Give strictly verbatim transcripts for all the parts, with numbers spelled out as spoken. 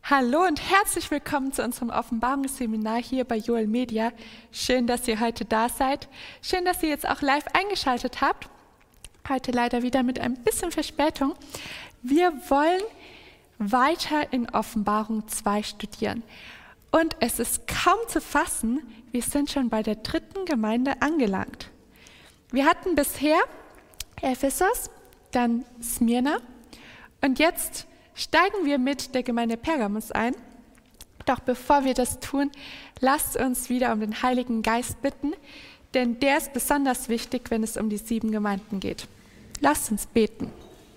Hallo und herzlich willkommen zu unserem Offenbarungsseminar hier bei Joel Media. Schön, dass ihr heute da seid. Schön, dass ihr jetzt auch live eingeschaltet habt. Heute leider wieder mit ein bisschen Verspätung. Wir wollen weiter in Offenbarung zwei studieren. Und es ist kaum zu fassen, wir sind schon bei der dritten Gemeinde angelangt. Wir hatten bisher Ephesus, dann Smyrna und jetzt steigen wir mit der Gemeinde Pergamos ein. Doch bevor wir das tun, lasst uns wieder um den Heiligen Geist bitten, denn der ist besonders wichtig, wenn es um die sieben Gemeinden geht. Lasst uns beten.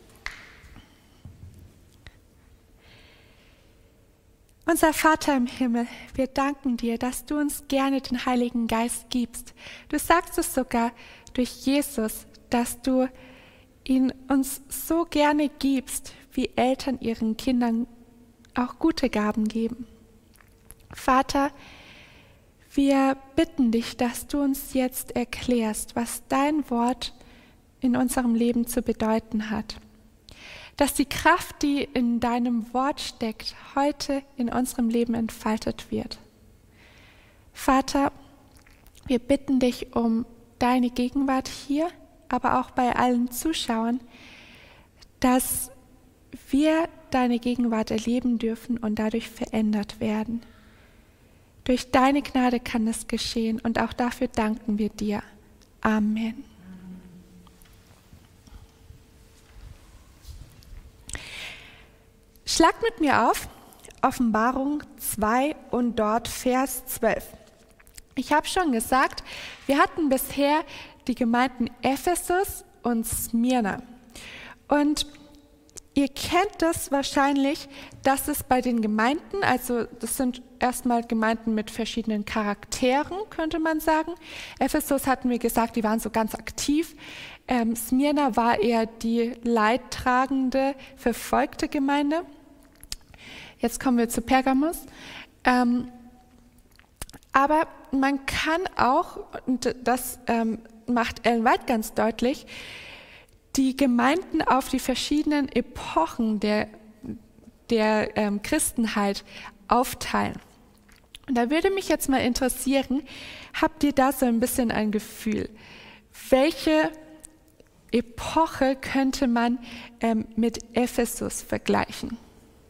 Unser Vater im Himmel, wir danken dir, dass du uns gerne den Heiligen Geist gibst. Du sagst es sogar durch Jesus, dass du ihn uns so gerne gibst, wie Eltern ihren Kindern auch gute Gaben geben. Vater, wir bitten dich, dass du uns jetzt erklärst, was dein Wort in unserem Leben zu bedeuten hat. Dass die Kraft, die in deinem Wort steckt, heute in unserem Leben entfaltet wird. Vater, wir bitten dich um deine Gegenwart hier, aber auch bei allen Zuschauern, dass wir deine Gegenwart erleben dürfen und dadurch verändert werden. Durch deine Gnade kann es geschehen und auch dafür danken wir dir. Amen. Schlagt mit mir auf, Offenbarung zwei und dort Vers zwölf. Ich habe schon gesagt, wir hatten bisher die Gemeinden Ephesus und Smyrna. Und ihr kennt das wahrscheinlich, dass es bei den Gemeinden, also das sind erstmal Gemeinden mit verschiedenen Charakteren, könnte man sagen. Ephesus hatten wir gesagt, die waren so ganz aktiv. Ähm, Smyrna war eher die leidtragende, verfolgte Gemeinde. Jetzt kommen wir zu Pergamos. Ähm, aber man kann auch, und das ähm, macht Ellen White ganz deutlich, die Gemeinden auf die verschiedenen Epochen der, der ähm, Christenheit aufteilen. Und da würde mich jetzt mal interessieren, habt ihr da so ein bisschen ein Gefühl? Welche Epoche könnte man ähm, mit Ephesus vergleichen?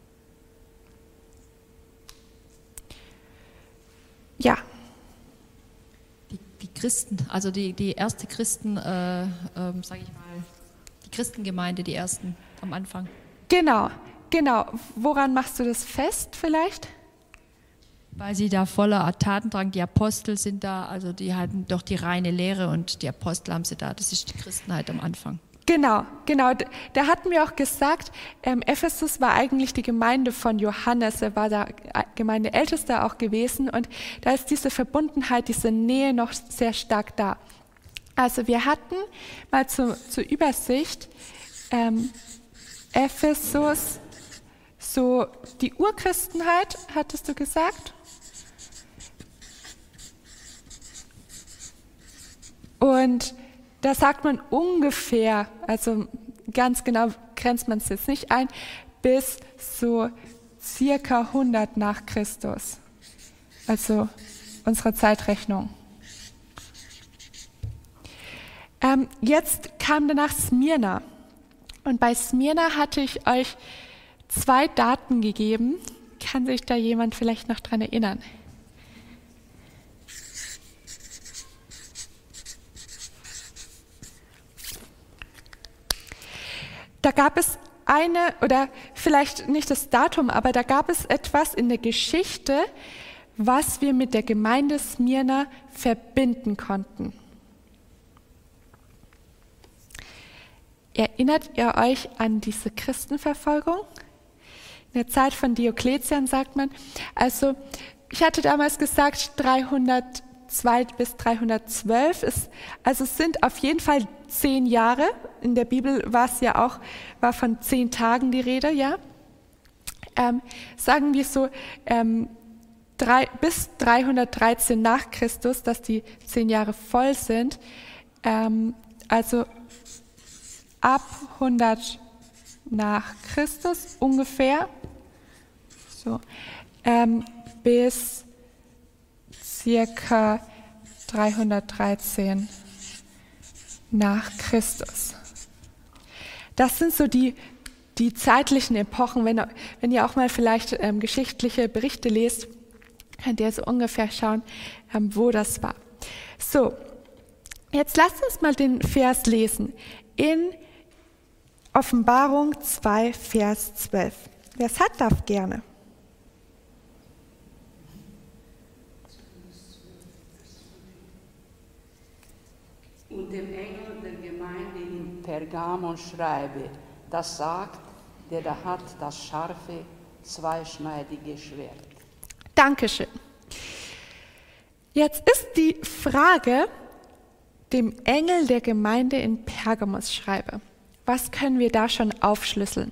Ja. Die, die Christen, also die, die erste Christen, äh, äh, sage ich mal, die Christengemeinde, die ersten am Anfang. Genau, genau. Woran machst du das fest vielleicht? Weil sie da voller Tatendrang, die Apostel sind da, also die hatten doch die reine Lehre und die Apostel haben sie da, das ist die Christenheit am Anfang. Genau, genau. Da hatten wir auch gesagt, ähm, Ephesus war eigentlich die Gemeinde von Johannes, er war der Gemeindeältester auch gewesen und da ist diese Verbundenheit, diese Nähe noch sehr stark da. Also wir hatten mal zu, zur Übersicht ähm, Ephesus, so die Urchristenheit, hattest du gesagt? Und da sagt man ungefähr, also ganz genau grenzt man es jetzt nicht ein, bis so circa hundert nach Christus, also unsere Zeitrechnung. Ähm, jetzt kam danach Smyrna und bei Smyrna hatte ich euch zwei Daten gegeben. Kann sich da jemand vielleicht noch dran erinnern? Da gab es eine, oder vielleicht nicht das Datum, aber da gab es etwas in der Geschichte, was wir mit der Gemeinde Smyrna verbinden konnten. Erinnert ihr euch an diese Christenverfolgung? In der Zeit von Diokletian sagt man, also ich hatte damals gesagt, dreihundertzwei bis dreihundertzwölf, ist, also es sind auf jeden Fall zehn Jahre. In der Bibel war es ja auch, war von zehn Tagen die Rede, ja. Ähm, sagen wir so, ähm, drei, bis dreihundertdreizehn nach Christus, dass die zehn Jahre voll sind. Ähm, also ab hundert nach Christus ungefähr, so so, ähm, bis circa dreihundertdreizehn nach Christus. Das sind so die, die zeitlichen Epochen. Wenn, wenn ihr auch mal vielleicht ähm, geschichtliche Berichte lest, könnt ihr so ungefähr schauen, ähm, wo das war. So, jetzt lasst uns mal den Vers lesen. In Offenbarung zwei, Vers zwölf. Wer es hat, darf gerne. Und dem Engel der Gemeinde in Pergamon schreibe, das sagt, der da hat das scharfe, zweischneidige Schwert. Dankeschön. Jetzt ist die Frage, dem Engel der Gemeinde in Pergamos schreibe. Was können wir da schon aufschlüsseln?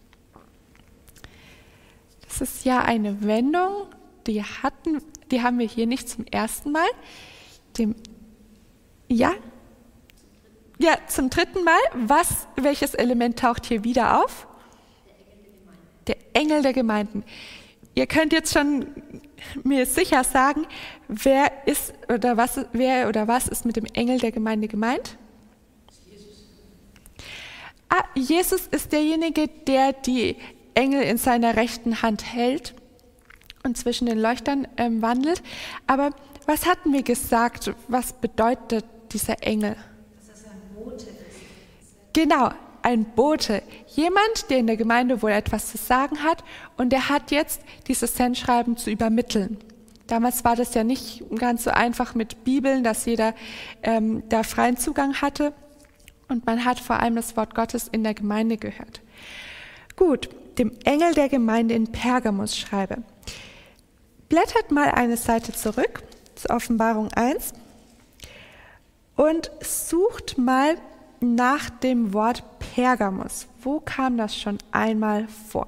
Das ist ja eine Wendung, die hatten, die haben wir hier nicht zum ersten Mal. Dem, ja? Ja, zum dritten Mal. Was, welches Element taucht hier wieder auf? Der Engel der Gemeinden. Ihr könnt jetzt schon mir sicher sagen, wer ist oder was, wer oder was ist mit dem Engel der Gemeinde gemeint? Jesus. Ah, Jesus ist derjenige, der die Engel in seiner rechten Hand hält und zwischen den Leuchtern ähm, wandelt. Aber was hatten wir gesagt? Was bedeutet dieser Engel? Dass er ein Bote ist. Genau. Ein Bote, jemand, der in der Gemeinde wohl etwas zu sagen hat und der hat jetzt dieses Sendschreiben zu übermitteln. Damals war das ja nicht ganz so einfach mit Bibeln, dass jeder ähm, da freien Zugang hatte und man hat vor allem das Wort Gottes in der Gemeinde gehört. Gut, dem Engel der Gemeinde in Pergamos schreibe. Blättert mal eine Seite zurück zur Offenbarung eins und sucht mal nach dem Wort Pergamos. Wo kam das schon einmal vor?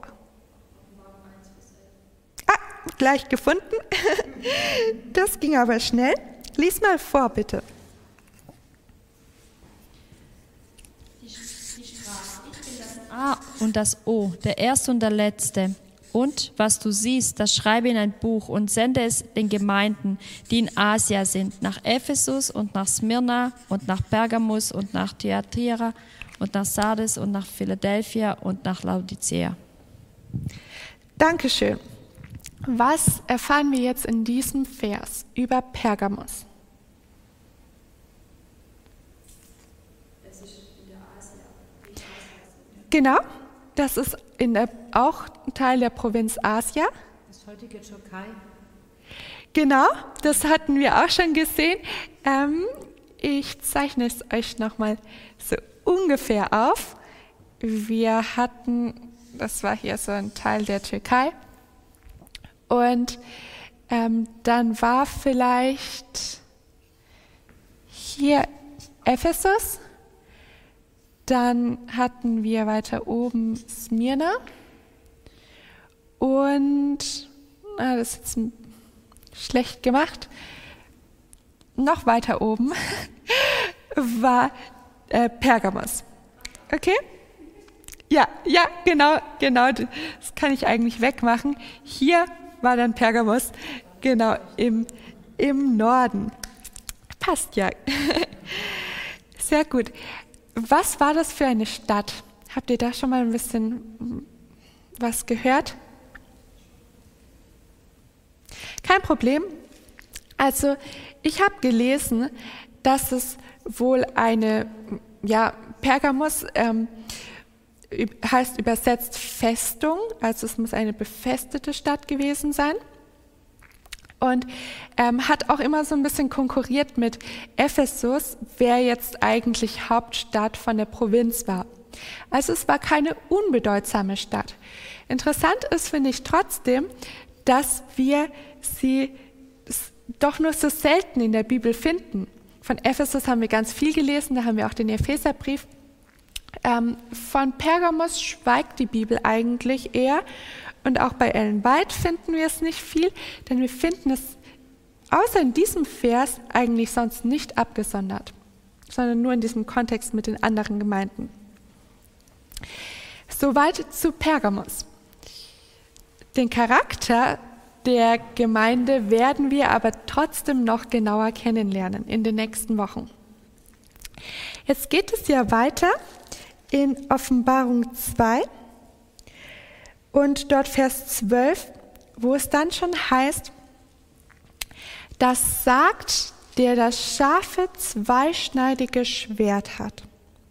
Ah, gleich gefunden. Das ging aber schnell. Lies mal vor, bitte. Die sprach, ich bin das A und das O, der Erste und der Letzte. Und was du siehst, das schreibe in ein Buch und sende es den Gemeinden, die in Asia sind, nach Ephesus und nach Smyrna und nach Pergamus und nach Thyatira und nach Sardes und nach Philadelphia und nach Laodicea. Dankeschön. Was erfahren wir jetzt in diesem Vers über Pergamos? Genau, das ist in der, auch ein Teil der Provinz Asia. Das heutige Türkei. Genau, das hatten wir auch schon gesehen. Ähm, ich zeichne es euch nochmal so ungefähr auf. Wir hatten, das war hier so ein Teil der Türkei. Und ähm, dann war vielleicht hier Ephesus. Dann hatten wir weiter oben Smyrna und, ah, das ist jetzt schlecht gemacht, noch weiter oben war äh, Pergamos. Okay? Ja, ja, genau, genau, das kann ich eigentlich wegmachen. Hier war dann Pergamos, genau, im, im Norden. Passt ja. Sehr gut. Was war das für eine Stadt? Habt ihr da schon mal ein bisschen was gehört? Kein Problem. Also ich habe gelesen, dass es wohl eine, ja, Pergamos ähm, heißt übersetzt Festung, also es muss eine befestigte Stadt gewesen sein. Und ähm, hat auch immer so ein bisschen konkurriert mit Ephesus, wer jetzt eigentlich Hauptstadt von der Provinz war. Also es war keine unbedeutsame Stadt. Interessant ist, finde ich trotzdem, dass wir sie doch nur so selten in der Bibel finden. Von Ephesus haben wir ganz viel gelesen, da haben wir auch den Epheserbrief. Ähm, von Pergamos schweigt die Bibel eigentlich eher. Und auch bei Ellen White finden wir es nicht viel, denn wir finden es außer in diesem Vers eigentlich sonst nicht abgesondert, sondern nur in diesem Kontext mit den anderen Gemeinden. Soweit zu Pergamos. Den Charakter der Gemeinde werden wir aber trotzdem noch genauer kennenlernen in den nächsten Wochen. Jetzt geht es ja weiter in Offenbarung zwei und dort Vers zwölf, wo es dann schon heißt, das sagt, der das scharfe, zweischneidige Schwert hat.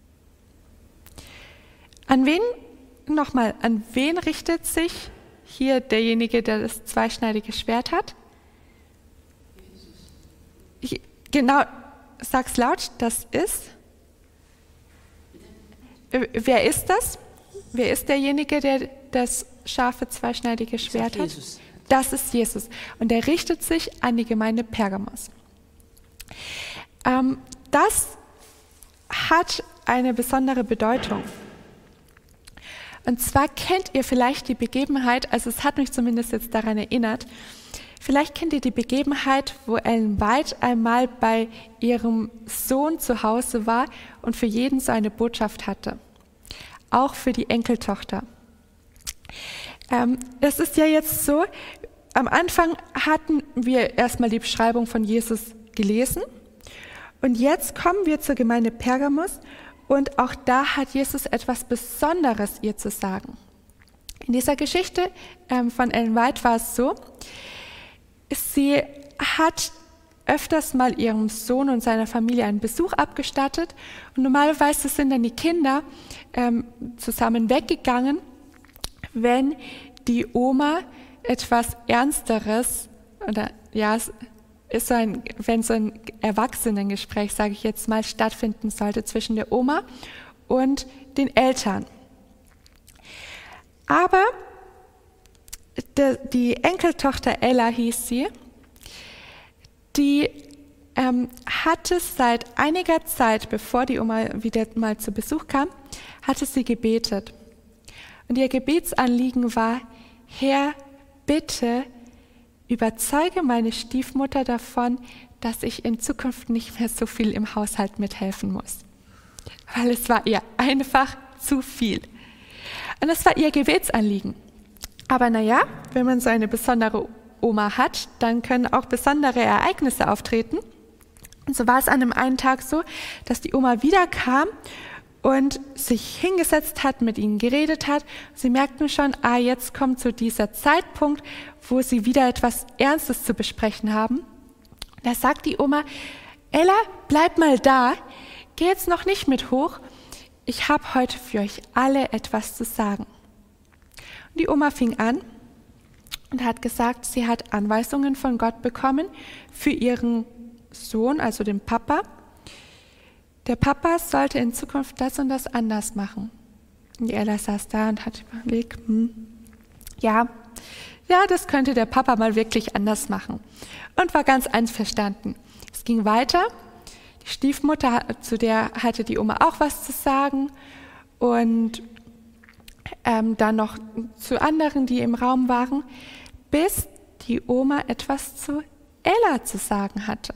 An wen, nochmal, an wen richtet sich hier derjenige, der das zweischneidige Schwert hat? Ich, genau, sag's laut, das ist. Wer ist das? Wer ist derjenige, der das scharfe, zweischneidige Schwert hat? Jesus. Das ist Jesus. Und er richtet sich an die Gemeinde Pergamos. Ähm, das hat eine besondere Bedeutung. Und zwar kennt ihr vielleicht die Begebenheit, also es hat mich zumindest jetzt daran erinnert, vielleicht kennt ihr die Begebenheit, wo Ellen White einmal bei ihrem Sohn zu Hause war und für jeden so eine Botschaft hatte. Auch für die Enkeltochter. Ähm, es ist ja jetzt so, am Anfang hatten wir erstmal die Beschreibung von Jesus gelesen und jetzt kommen wir zur Gemeinde Pergamos und auch da hat Jesus etwas Besonderes ihr zu sagen. In dieser Geschichte ähm, von Ellen White war es so, sie hat öfters mal ihrem Sohn und seiner Familie einen Besuch abgestattet und normalerweise sind dann die Kinder ähm, zusammen weggegangen, wenn die Oma etwas Ernsteres oder ja, es ist so ein, wenn so ein Erwachsenengespräch, sage ich jetzt mal, stattfinden sollte zwischen der Oma und den Eltern. Aber de, die Enkeltochter Ella hieß sie, die ähm, hatte seit einiger Zeit, bevor die Oma wieder mal zu Besuch kam, hatte sie gebetet. Und ihr Gebetsanliegen war, Herr, bitte überzeuge meine Stiefmutter davon, dass ich in Zukunft nicht mehr so viel im Haushalt mithelfen muss. Weil es war ihr einfach zu viel. Und das war ihr Gebetsanliegen. Aber naja, wenn man so eine besondere Oma hat, dann können auch besondere Ereignisse auftreten. Und so war es an einem einen Tag so, dass die Oma wieder kam und sich hingesetzt hat, mit ihnen geredet hat. Sie merkten schon, ah, jetzt kommt so dieser Zeitpunkt, wo sie wieder etwas Ernstes zu besprechen haben. Da sagt die Oma, Ella, bleib mal da, geh jetzt noch nicht mit hoch. Ich habe heute für euch alle etwas zu sagen. Und die Oma fing an und hat gesagt, sie hat Anweisungen von Gott bekommen für ihren Sohn, also den Papa. Der Papa sollte in Zukunft das und das anders machen. Und die Ella saß da und hat überlegt, hm, ja, ja, das könnte der Papa mal wirklich anders machen. Und war ganz einverstanden. Es ging weiter. Die Stiefmutter, zu der hatte die Oma auch was zu sagen. Und ähm, dann noch zu anderen, die im Raum waren, bis die Oma etwas zu Ella zu sagen hatte.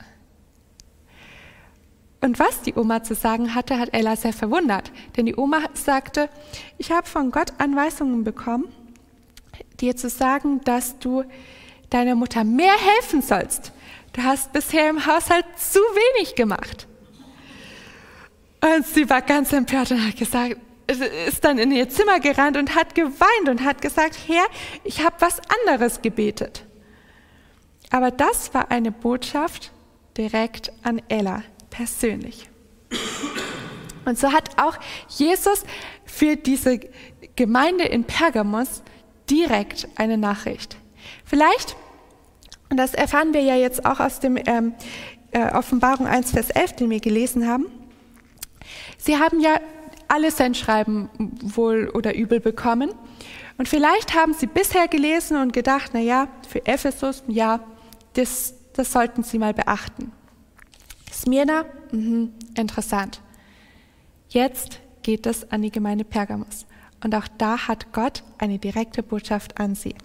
Und was die Oma zu sagen hatte, hat Ella sehr verwundert. Denn die Oma sagte, ich habe von Gott Anweisungen bekommen, dir zu sagen, dass du deiner Mutter mehr helfen sollst. Du hast bisher im Haushalt zu wenig gemacht. Und sie war ganz empört und hat gesagt, ist dann in ihr Zimmer gerannt und hat geweint und hat gesagt, Herr, ich habe was anderes gebetet. Aber das war eine Botschaft direkt an Ella. Persönlich. Und so hat auch Jesus für diese Gemeinde in Pergamos direkt eine Nachricht. Vielleicht, und das erfahren wir ja jetzt auch aus dem ähm, äh, Offenbarung eins, Vers elf, den wir gelesen haben, sie haben ja alle sein Schreiben wohl oder übel bekommen. Und vielleicht haben sie bisher gelesen und gedacht, na ja, für Ephesus, ja, das, das sollten sie mal beachten. Smyrna, mhm, interessant. Jetzt geht es an die Gemeinde Pergamos. Und auch da hat Gott eine direkte Botschaft an sie.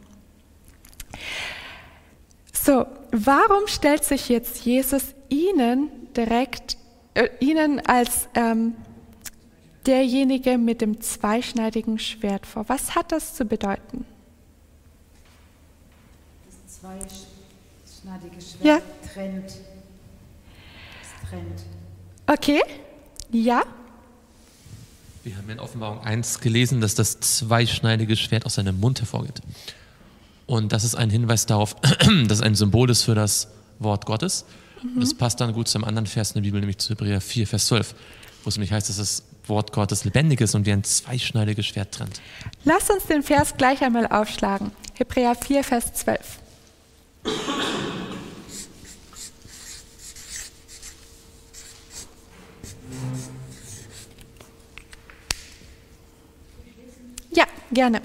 So, warum stellt sich jetzt Jesus ihnen direkt, äh, ihnen als ähm, derjenige mit dem zweischneidigen Schwert vor? Was hat das zu bedeuten? Zweischneidige Schwert Ja. trennt. Es trennt. Okay, ja. Wir haben in Offenbarung eins gelesen, dass das zweischneidige Schwert aus seinem Mund hervorgeht. Und das ist ein Hinweis darauf, dass es ein Symbol ist für das Wort Gottes. Mhm. Und das passt dann gut zum anderen Vers in der Bibel, nämlich zu Hebräer vier, Vers zwölf, wo es nämlich heißt, dass das Wort Gottes lebendig ist und wie ein zweischneidiges Schwert trennt. Lass uns den Vers gleich einmal aufschlagen. Hebräer vier, Vers zwölf. Ja, gerne.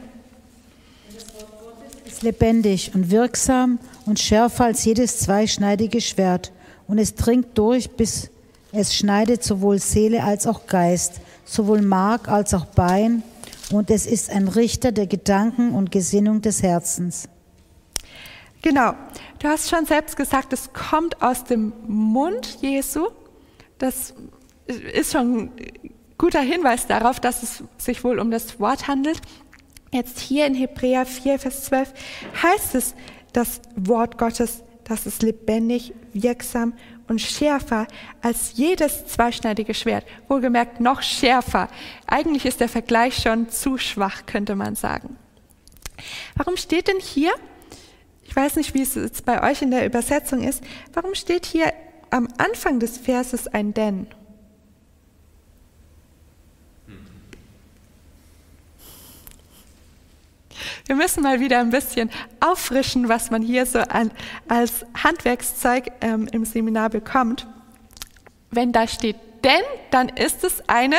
Ist lebendig und wirksam und schärfer als jedes zweischneidige Schwert. Und es dringt durch, bis es schneidet sowohl Seele als auch Geist, sowohl Mark als auch Bein. Und es ist ein Richter der Gedanken und Gesinnung des Herzens. Genau. Du hast schon selbst gesagt, es kommt aus dem Mund Jesu. Das ist schon ein guter Hinweis darauf, dass es sich wohl um das Wort handelt. Jetzt hier in Hebräer vier, Vers zwölf heißt es, das Wort Gottes, das ist lebendig, wirksam und schärfer als jedes zweischneidige Schwert. Wohlgemerkt noch schärfer. Eigentlich ist der Vergleich schon zu schwach, könnte man sagen. Warum steht denn hier, ich weiß nicht, wie es jetzt bei euch in der Übersetzung ist, warum steht hier am Anfang des Verses ein Denn? Wir müssen mal wieder ein bisschen auffrischen, was man hier so an, als Handwerkszeug ähm, im Seminar bekommt. Wenn da steht denn, dann ist es eine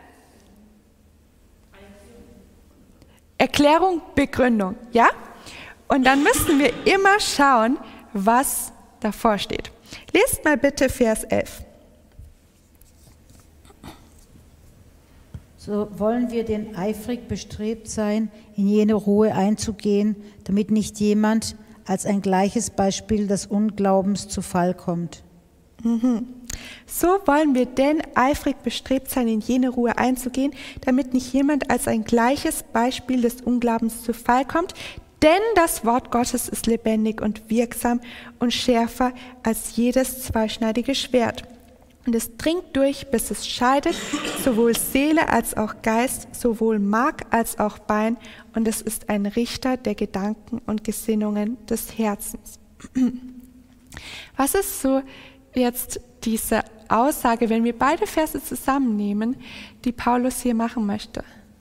Erklärung, Begründung, ja? Und dann müssen wir immer schauen, was davor steht. Lest mal bitte Vers elf. So wollen wir denn eifrig bestrebt sein, in jene Ruhe einzugehen, damit nicht jemand als ein gleiches Beispiel des Unglaubens zu Fall kommt. Mhm. So wollen wir denn eifrig bestrebt sein, in jene Ruhe einzugehen, damit nicht jemand als ein gleiches Beispiel des Unglaubens zu Fall kommt. Denn das Wort Gottes ist lebendig und wirksam und schärfer als jedes zweischneidige Schwert. Und es dringt durch, bis es scheidet, sowohl Seele als auch Geist, sowohl Mark als auch Bein. Und es ist ein Richter der Gedanken und Gesinnungen des Herzens. Was ist so jetzt diese Aussage, wenn wir beide Verse zusammennehmen, die Paulus hier machen möchte?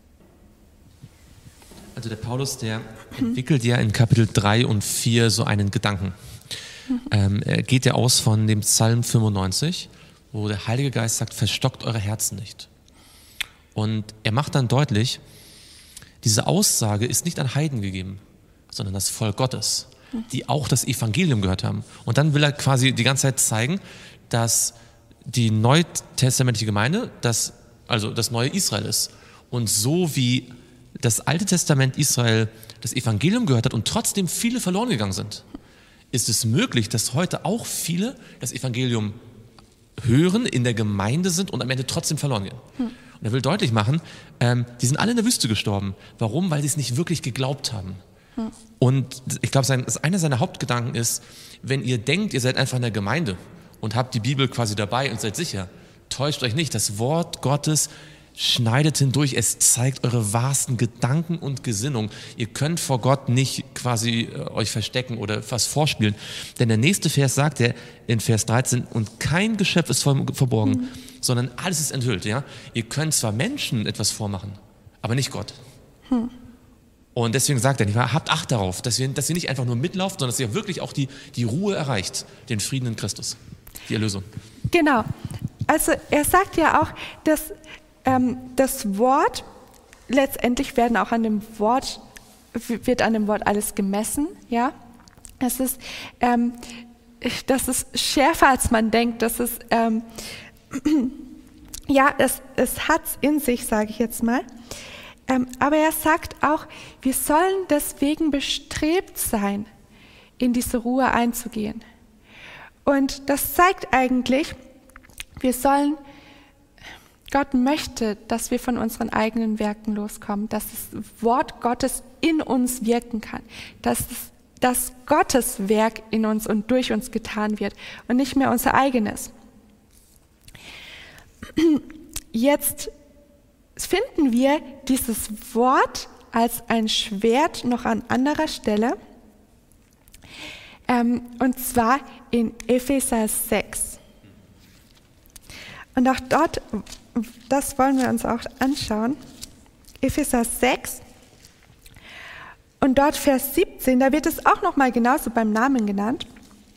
Also der Paulus, der mhm. entwickelt ja in Kapitel drei und vier so einen Gedanken. Mhm. Ähm, er geht ja aus von dem Psalm fünfundneunzig, wo der Heilige Geist sagt, verstockt eure Herzen nicht. Und er macht dann deutlich, diese Aussage ist nicht an Heiden gegeben, sondern das Volk Gottes, die auch das Evangelium gehört haben. Und dann will er quasi die ganze Zeit zeigen, dass die neutestamentliche Gemeinde, das, also das neue Israel ist. Und so wie das Alte Testament Israel das Evangelium gehört hat und trotzdem viele verloren gegangen sind, ist es möglich, dass heute auch viele das Evangelium hören, in der Gemeinde sind und am Ende trotzdem verloren gehen. Hm. Und er will deutlich machen, ähm, die sind alle in der Wüste gestorben. Warum? Weil sie es nicht wirklich geglaubt haben. Hm. Und ich glaube, sein, einer seiner Hauptgedanken ist, wenn ihr denkt, ihr seid einfach in der Gemeinde und habt die Bibel quasi dabei und seid sicher, täuscht euch nicht, das Wort Gottes schneidet hindurch, es zeigt eure wahrsten Gedanken und Gesinnung. Ihr könnt vor Gott nicht quasi äh, euch verstecken oder was vorspielen. Denn der nächste Vers sagt er in Vers dreizehn, und kein Geschöpf ist verborgen, mhm. sondern alles ist enthüllt. Ja? Ihr könnt zwar Menschen etwas vormachen, aber nicht Gott. Mhm. Und deswegen sagt er, habt Acht darauf, dass ihr, dass ihr nicht einfach nur mitlauft, sondern dass ihr wirklich auch die, die Ruhe erreicht, den Frieden in Christus, die Erlösung. Genau. Also er sagt ja auch, dass das Wort, letztendlich werden auch an dem Wort, wird an dem Wort alles gemessen, ja. Es ist, ähm, das ist schärfer, als man denkt. Das ist, ähm, ja, es, es hat es in sich, sage ich jetzt mal. Ähm, aber er sagt auch, wir sollen deswegen bestrebt sein, in diese Ruhe einzugehen. Und das zeigt eigentlich, wir sollen Gott möchte, dass wir von unseren eigenen Werken loskommen, dass das Wort Gottes in uns wirken kann, dass es dass Gottes Werk in uns und durch uns getan wird und nicht mehr unser eigenes. Jetzt finden wir dieses Wort als ein Schwert noch an anderer Stelle, ähm, und zwar in Epheser sechs. Und auch dort, das wollen wir uns auch anschauen, Epheser sechs und dort Vers siebzehn, da wird es auch nochmal genauso beim Namen genannt.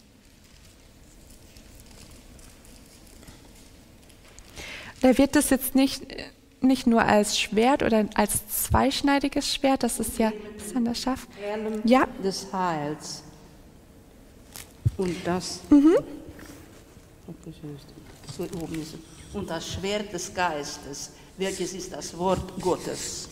Da wird es jetzt nicht, nicht nur als Schwert oder als zweischneidiges Schwert, das ist ja besonders scharf. Helm Ja. des Heils. Und das, Mhm. so oben ist es. Und das Schwert des Geistes, welches ist das Wort Gottes.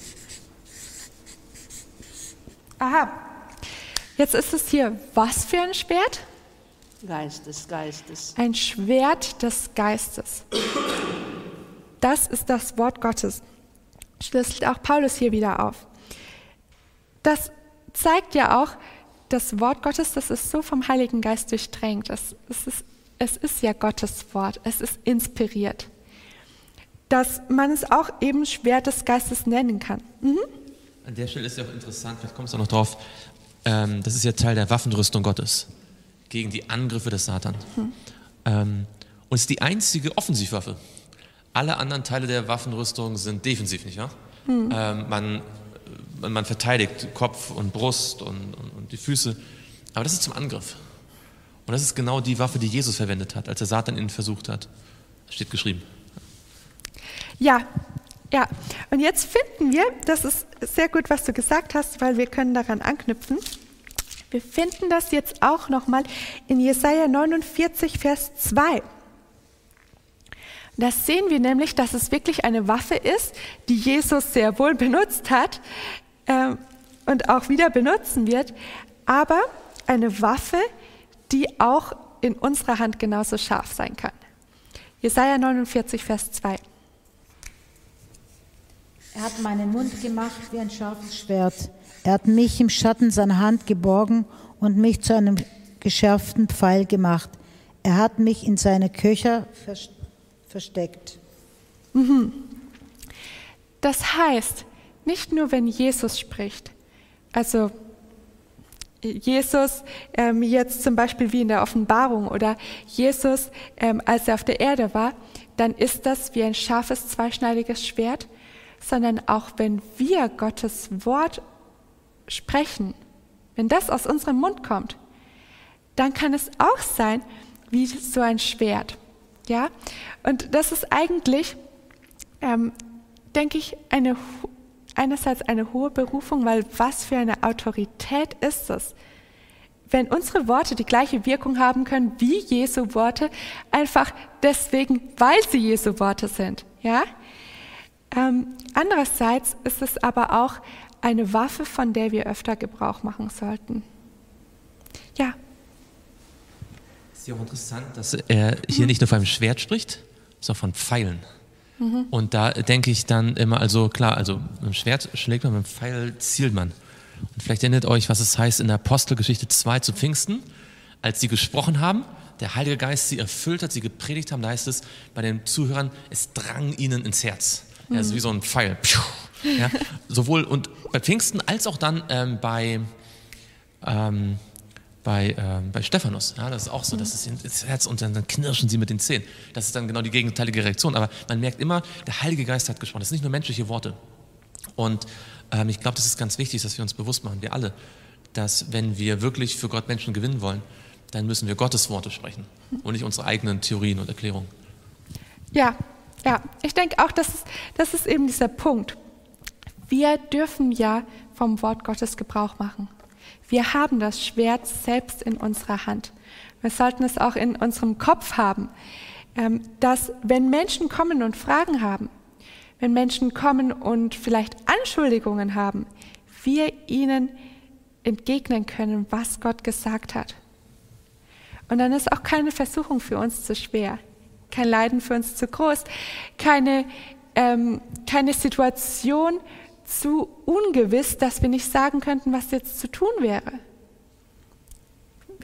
Aha, jetzt ist es hier was für ein Schwert? Geistes, Geistes. Ein Schwert des Geistes. Das ist das Wort Gottes. Schlüsselt auch Paulus hier wieder auf. Das zeigt ja auch, das Wort Gottes, das ist so vom Heiligen Geist durchdrängt. Es, es, ist, es ist ja Gottes Wort, es ist inspiriert. Dass man es auch eben Schwert des Geistes nennen kann. Mhm. An der Stelle ist ja auch interessant, vielleicht kommst du auch noch drauf, ähm, das ist ja Teil der Waffenrüstung Gottes gegen die Angriffe des Satan. Mhm. Ähm, und es ist die einzige Offensivwaffe. Alle anderen Teile der Waffenrüstung sind defensiv, nicht wahr? Mhm. Ähm, man, man, man verteidigt Kopf und Brust und, und, und die Füße, aber das ist zum Angriff. Und das ist genau die Waffe, die Jesus verwendet hat, als der Satan ihn versucht hat. Das steht geschrieben. Ja, ja. Und jetzt finden wir, das ist sehr gut, was du gesagt hast, weil wir können daran anknüpfen. Wir finden das jetzt auch nochmal in Jesaja neunundvierzig, Vers zwei. Da sehen wir nämlich, dass es wirklich eine Waffe ist, die Jesus sehr wohl benutzt hat äh, und auch wieder benutzen wird, aber eine Waffe, die auch in unserer Hand genauso scharf sein kann. Jesaja neunundvierzig, Vers zwei. Er hat meinen Mund gemacht wie ein scharfes Schwert. Er hat mich im Schatten seiner Hand geborgen und mich zu einem geschärften Pfeil gemacht. Er hat mich in seine Köcher versteckt. versteckt. Das heißt, nicht nur wenn Jesus spricht, also Jesus ähm, jetzt zum Beispiel wie in der Offenbarung oder Jesus, ähm, als er auf der Erde war, dann ist das wie ein scharfes, zweischneidiges Schwert, sondern auch wenn wir Gottes Wort sprechen, wenn das aus unserem Mund kommt, dann kann es auch sein wie so ein Schwert. Ja, und das ist eigentlich, ähm, denke ich, eine, einerseits eine hohe Berufung, weil was für eine Autorität ist es, wenn unsere Worte die gleiche Wirkung haben können wie Jesu Worte, einfach deswegen, weil sie Jesu Worte sind. Ja? Ähm, andererseits ist es aber auch eine Waffe, von der wir öfter Gebrauch machen sollten. Ja. Es ist ja auch interessant, dass er hier nicht nur von einem Schwert spricht, sondern von Pfeilen. Mhm. Und da denke ich dann immer, also klar, also mit dem Schwert schlägt man, mit dem Pfeil zielt man. Und vielleicht erinnert euch, was es heißt in der Apostelgeschichte zwei zu Pfingsten, als sie gesprochen haben, der Heilige Geist sie erfüllt hat, sie gepredigt haben, da heißt es bei den Zuhörern, es drang ihnen ins Herz. Ja, also wie so ein Pfeil. Ja, sowohl und bei Pfingsten als auch dann ähm, bei, ähm, bei, ähm, bei Stephanus. Ja, das ist auch so, dass es ins Herz und dann, dann knirschen sie mit den Zähnen. Das ist dann genau die gegenteilige Reaktion. Aber man merkt immer, der Heilige Geist hat gesprochen. Das sind nicht nur menschliche Worte. Und ähm, ich glaube, das ist ganz wichtig, dass wir uns bewusst machen, wir alle, dass wenn wir wirklich für Gott Menschen gewinnen wollen, dann müssen wir Gottes Worte sprechen und nicht unsere eigenen Theorien und Erklärungen. Ja, ja, ich denke auch, das ist, das ist eben dieser Punkt. Wir dürfen ja vom Wort Gottes Gebrauch machen. Wir haben das Schwert selbst in unserer Hand. Wir sollten es auch in unserem Kopf haben, dass wenn Menschen kommen und Fragen haben, wenn Menschen kommen und vielleicht Anschuldigungen haben, wir ihnen entgegnen können, was Gott gesagt hat. Und dann ist auch keine Versuchung für uns zu schwer, kein Leiden für uns zu groß, keine, ähm, keine Situation zu ungewiss, dass wir nicht sagen könnten, was jetzt zu tun wäre.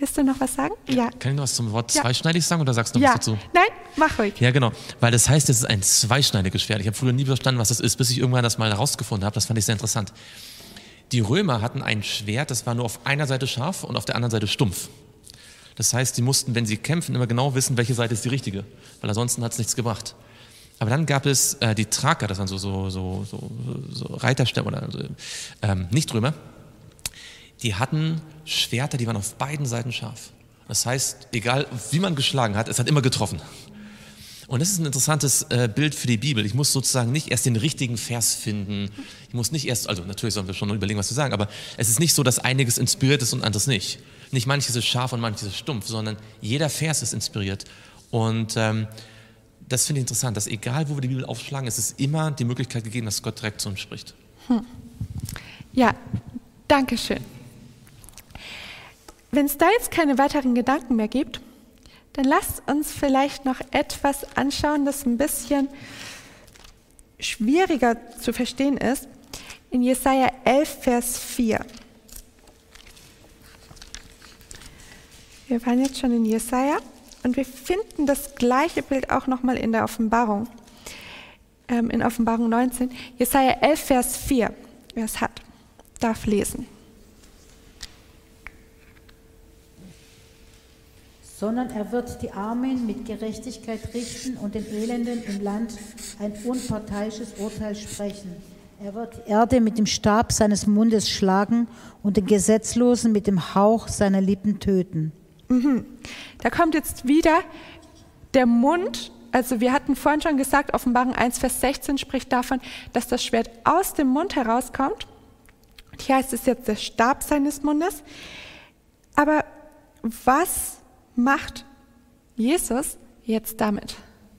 Willst du noch was sagen? Ja. Kann ich noch was zum Wort Ja. zweischneidig sagen oder sagst du noch Ja. was dazu? Nein, mach ruhig. Ja, genau. Weil das heißt, es ist ein zweischneidiges Schwert. Ich habe früher nie verstanden, was das ist, bis ich irgendwann das mal herausgefunden habe. Das fand ich sehr interessant. Die Römer hatten ein Schwert, das war nur auf einer Seite scharf und auf der anderen Seite stumpf. Das heißt, sie mussten, wenn sie kämpfen, immer genau wissen, welche Seite ist die richtige. Weil ansonsten hat es nichts gebracht. Aber dann gab es äh, die Thraker, das waren so, so, so, so, so Reiterstämme oder also, ähm, Nicht-Römer. Die hatten Schwerter, die waren auf beiden Seiten scharf. Das heißt, egal wie man geschlagen hat, es hat immer getroffen. Und das ist ein interessantes äh, Bild für die Bibel. Ich muss sozusagen nicht erst den richtigen Vers finden. Ich muss nicht erst, also natürlich sollen wir schon überlegen, was wir sagen, aber es ist nicht so, dass einiges inspiriert ist und anderes nicht. Nicht manches ist scharf und manches ist stumpf, sondern jeder Vers ist inspiriert. Und ähm, das finde ich interessant, dass egal, wo wir die Bibel aufschlagen, es ist immer die Möglichkeit gegeben, dass Gott direkt zu uns spricht. Hm. Ja, danke schön. Wenn es da jetzt keine weiteren Gedanken mehr gibt, dann lasst uns vielleicht noch etwas anschauen, das ein bisschen schwieriger zu verstehen ist. In Jesaja elf, Vers vier. Wir waren jetzt schon in Jesaja und wir finden das gleiche Bild auch nochmal in der Offenbarung. Ähm, in Offenbarung neunzehn. Jesaja elf, Vers vier. Wer es hat, darf lesen. Sondern er wird die Armen mit Gerechtigkeit richten und den Elenden im Land ein unparteiisches Urteil sprechen. Er wird die Erde mit dem Stab seines Mundes schlagen und den Gesetzlosen mit dem Hauch seiner Lippen töten. Mhm. Da kommt jetzt wieder der Mund, also wir hatten vorhin schon gesagt, Offenbarung eins, Vers sechzehn spricht davon, dass das Schwert aus dem Mund herauskommt. Und hier heißt es jetzt der Stab seines Mundes. Aber was macht Jesus jetzt damit?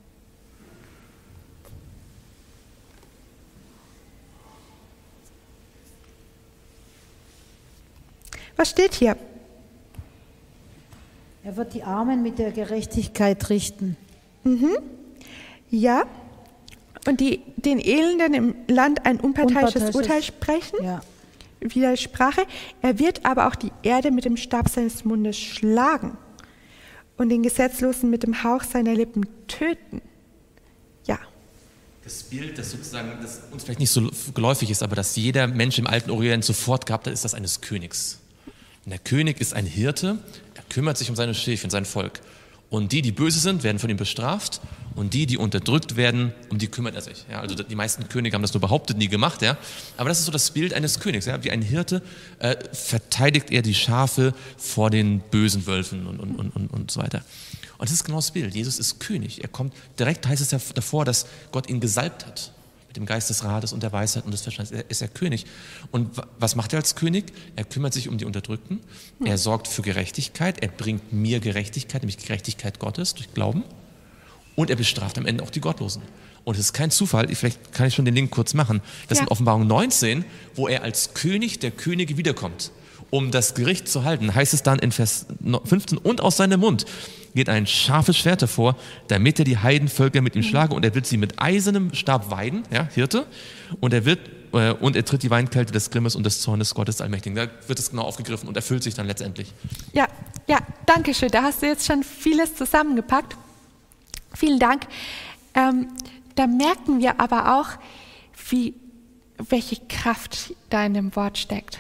Was steht hier? Er wird die Armen mit der Gerechtigkeit richten. Mhm. Ja. Und die, den Elenden im Land ein unparteiisches, Unparteiisches Urteil sprechen. Ja. Widersprache. Er wird aber auch die Erde mit dem Stab seines Mundes schlagen und den Gesetzlosen mit dem Hauch seiner Lippen töten. Ja. Das Bild, das sozusagen, das uns vielleicht nicht so geläufig ist, aber das jeder Mensch im alten Orient sofort gehabt hat, ist das eines Königs. Und der König ist ein Hirte, er kümmert sich um seine Schäfchen, sein Volk. Und die, die böse sind, werden von ihm bestraft. Und die, die unterdrückt werden, um die kümmert er sich. Ja, also die meisten Könige haben das nur behauptet, nie gemacht. Ja. Aber das ist so das Bild eines Königs. Ja. Wie ein Hirte äh, verteidigt er die Schafe vor den bösen Wölfen und, und, und, und so weiter. Und das ist genau das Bild. Jesus ist König. Er kommt, direkt heißt es ja davor, dass Gott ihn gesalbt hat. Mit dem Geist des Rates und der Weisheit und des Verstandes. Er ist er König. Und was macht er als König? Er kümmert sich um die Unterdrückten. Er sorgt für Gerechtigkeit. Er bringt mir Gerechtigkeit, nämlich Gerechtigkeit Gottes durch Glauben. Und er bestraft am Ende auch die Gottlosen. Und es ist kein Zufall, vielleicht kann ich schon den Link kurz machen, dass ja. in Offenbarung neunzehn, wo er als König der Könige wiederkommt, um das Gericht zu halten, heißt es dann in Vers fünfzehn, und aus seinem Mund geht ein scharfes Schwert hervor, damit er die Heidenvölker mit ihm schlage, und er wird sie mit eisernem Stab weiden, ja, Hirte, und er wird äh, und er tritt die Weinkälte des Grimmes und des Zornes Gottes Allmächtigen. Da wird es genau aufgegriffen und erfüllt sich dann letztendlich. Ja, ja, danke schön. Da hast du jetzt schon vieles zusammengepackt. Vielen Dank. Ähm, da merken wir aber auch, wie, welche Kraft da in dem Wort steckt.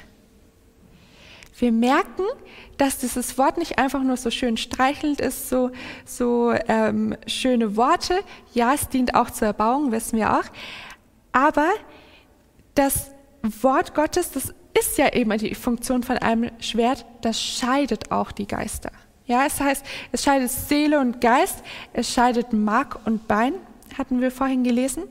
Wir merken, dass dieses Wort nicht einfach nur so schön streichelnd ist, so, so ähm, schöne Worte. Ja, es dient auch zur Erbauung, wissen wir auch. Aber das Wort Gottes, das ist ja eben die Funktion von einem Schwert, das scheidet auch die Geister. Ja, es heißt, es scheidet Seele und Geist, es scheidet Mark und Bein, hatten wir vorhin gelesen.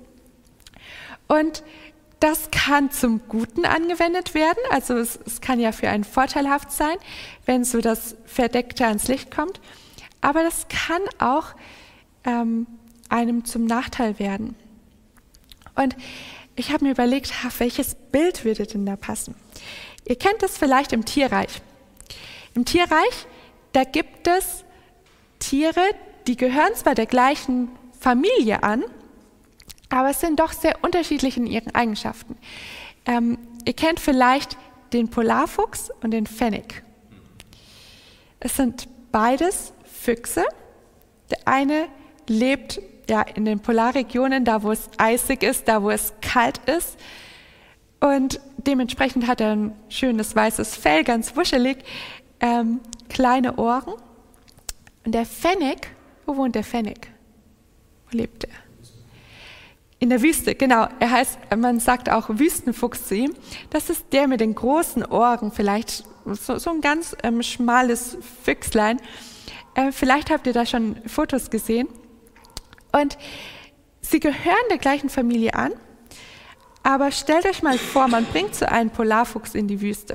Und das kann zum Guten angewendet werden, also es, es kann ja für einen vorteilhaft sein, wenn so das Verdeckte ans Licht kommt, aber das kann auch ähm, einem zum Nachteil werden. Und ich habe mir überlegt, ach, welches Bild würde denn da passen? Ihr kennt das vielleicht im Tierreich. Im Tierreich, da gibt es Tiere, die gehören zwar der gleichen Familie an, aber es sind doch sehr unterschiedlich in ihren Eigenschaften. Ähm, ihr kennt vielleicht den Polarfuchs und den Fennec. Es sind beides Füchse. Der eine lebt ja in den Polarregionen, da wo es eisig ist, da wo es kalt ist. Und dementsprechend hat er ein schönes weißes Fell, ganz wuschelig, ähm, kleine Ohren. Und der Fennec, wo wohnt der Fennec? Wo lebt er? In der Wüste, genau. Er heißt, man sagt auch Wüstenfuchs zu ihm. Das ist der mit den großen Ohren, vielleicht so, so ein ganz ähm, schmales Füchslein. Äh, vielleicht habt ihr da schon Fotos gesehen. Und sie gehören der gleichen Familie an. Aber stellt euch mal vor, man bringt so einen Polarfuchs in die Wüste.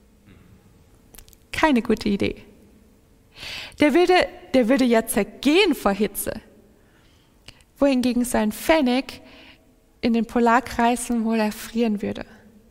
Keine gute Idee. Der würde, der würde ja zergehen vor Hitze. Wohingegen so ein Fennec in den Polarkreisen wohl erfrieren würde.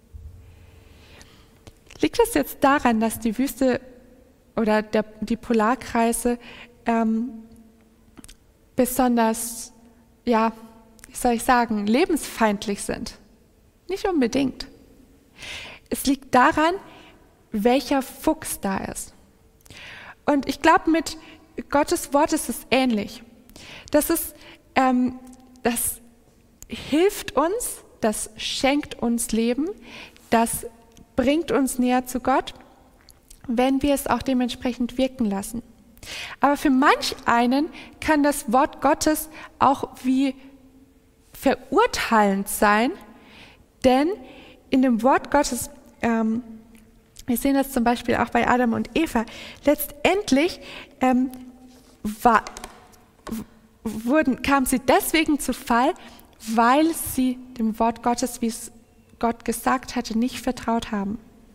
Liegt es jetzt daran, dass die Wüste oder der, die Polarkreise ähm, besonders, ja, wie soll ich sagen, lebensfeindlich sind? Nicht unbedingt. Es liegt daran, welcher Fuchs da ist. Und ich glaube, mit Gottes Wort ist es ähnlich. Das ist, ähm, das hilft uns, das schenkt uns Leben, das bringt uns näher zu Gott, wenn wir es auch dementsprechend wirken lassen. Aber für manch einen kann das Wort Gottes auch wie verurteilend sein, denn in dem Wort Gottes, ähm, wir sehen das zum Beispiel auch bei Adam und Eva, letztendlich ähm, war, wurden, kamen sie deswegen zu Fall, weil sie dem Wort Gottes, wie es Gott gesagt hatte, nicht vertraut haben.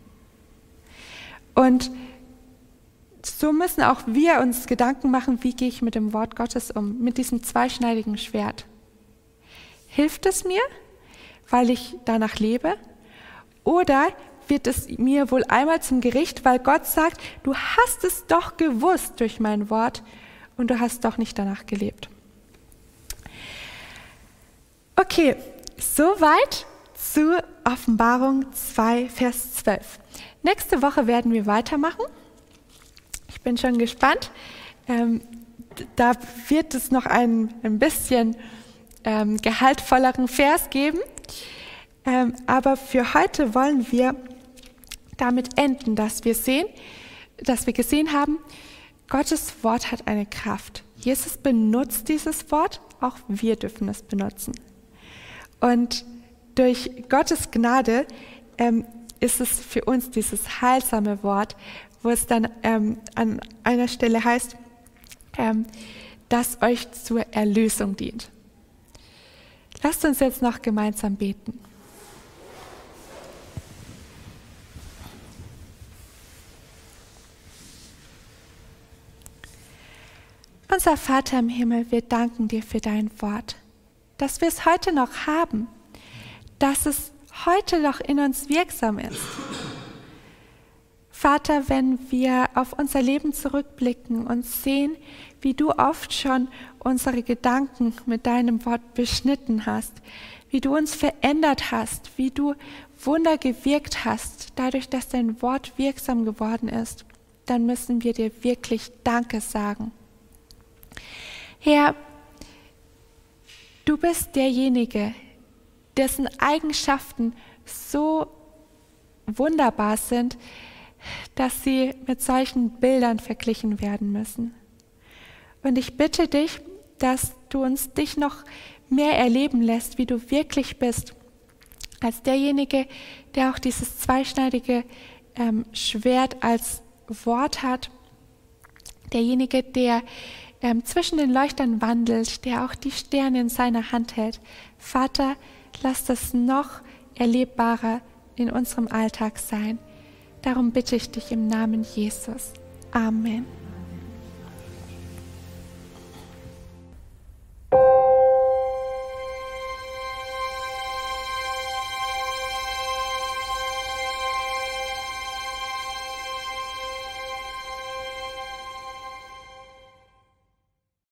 Und so müssen auch wir uns Gedanken machen, wie gehe ich mit dem Wort Gottes um, mit diesem zweischneidigen Schwert. Hilft es mir, weil ich danach lebe? Oder wird es mir wohl einmal zum Gericht, weil Gott sagt, du hast es doch gewusst durch mein Wort und du hast doch nicht danach gelebt. Okay, soweit zu Offenbarung zwei, Vers zwölf. Nächste Woche werden wir weitermachen. Ich bin schon gespannt. Ähm, da wird es noch ein, ein bisschen ähm, gehaltvolleren Vers geben. Ähm, aber für heute wollen wir damit enden, dass wir sehen, dass wir gesehen haben, Gottes Wort hat eine Kraft. Jesus benutzt dieses Wort, auch wir dürfen es benutzen. Und durch Gottes Gnade ähm, ist es für uns dieses heilsame Wort, wo es dann ähm, an einer Stelle heißt, ähm, das euch zur Erlösung dient. Lasst uns jetzt noch gemeinsam beten. Unser Vater im Himmel, wir danken dir für dein Wort, dass wir es heute noch haben, dass es heute noch in uns wirksam ist. Vater, wenn wir auf unser Leben zurückblicken und sehen, wie du oft schon unsere Gedanken mit deinem Wort beschnitten hast, wie du uns verändert hast, wie du Wunder gewirkt hast, dadurch, dass dein Wort wirksam geworden ist, dann müssen wir dir wirklich Danke sagen. Herr, du bist derjenige, dessen Eigenschaften so wunderbar sind, dass sie mit solchen Bildern verglichen werden müssen. Und ich bitte dich, dass du uns dich noch mehr erleben lässt, wie du wirklich bist, als derjenige, der auch dieses zweischneidige ähm, Schwert als Wort hat, derjenige, der ähm, zwischen den Leuchtern wandelt, der auch die Sterne in seiner Hand hält. Vater, lass das noch erlebbarer in unserem Alltag sein. Darum bitte ich dich im Namen Jesus. Amen.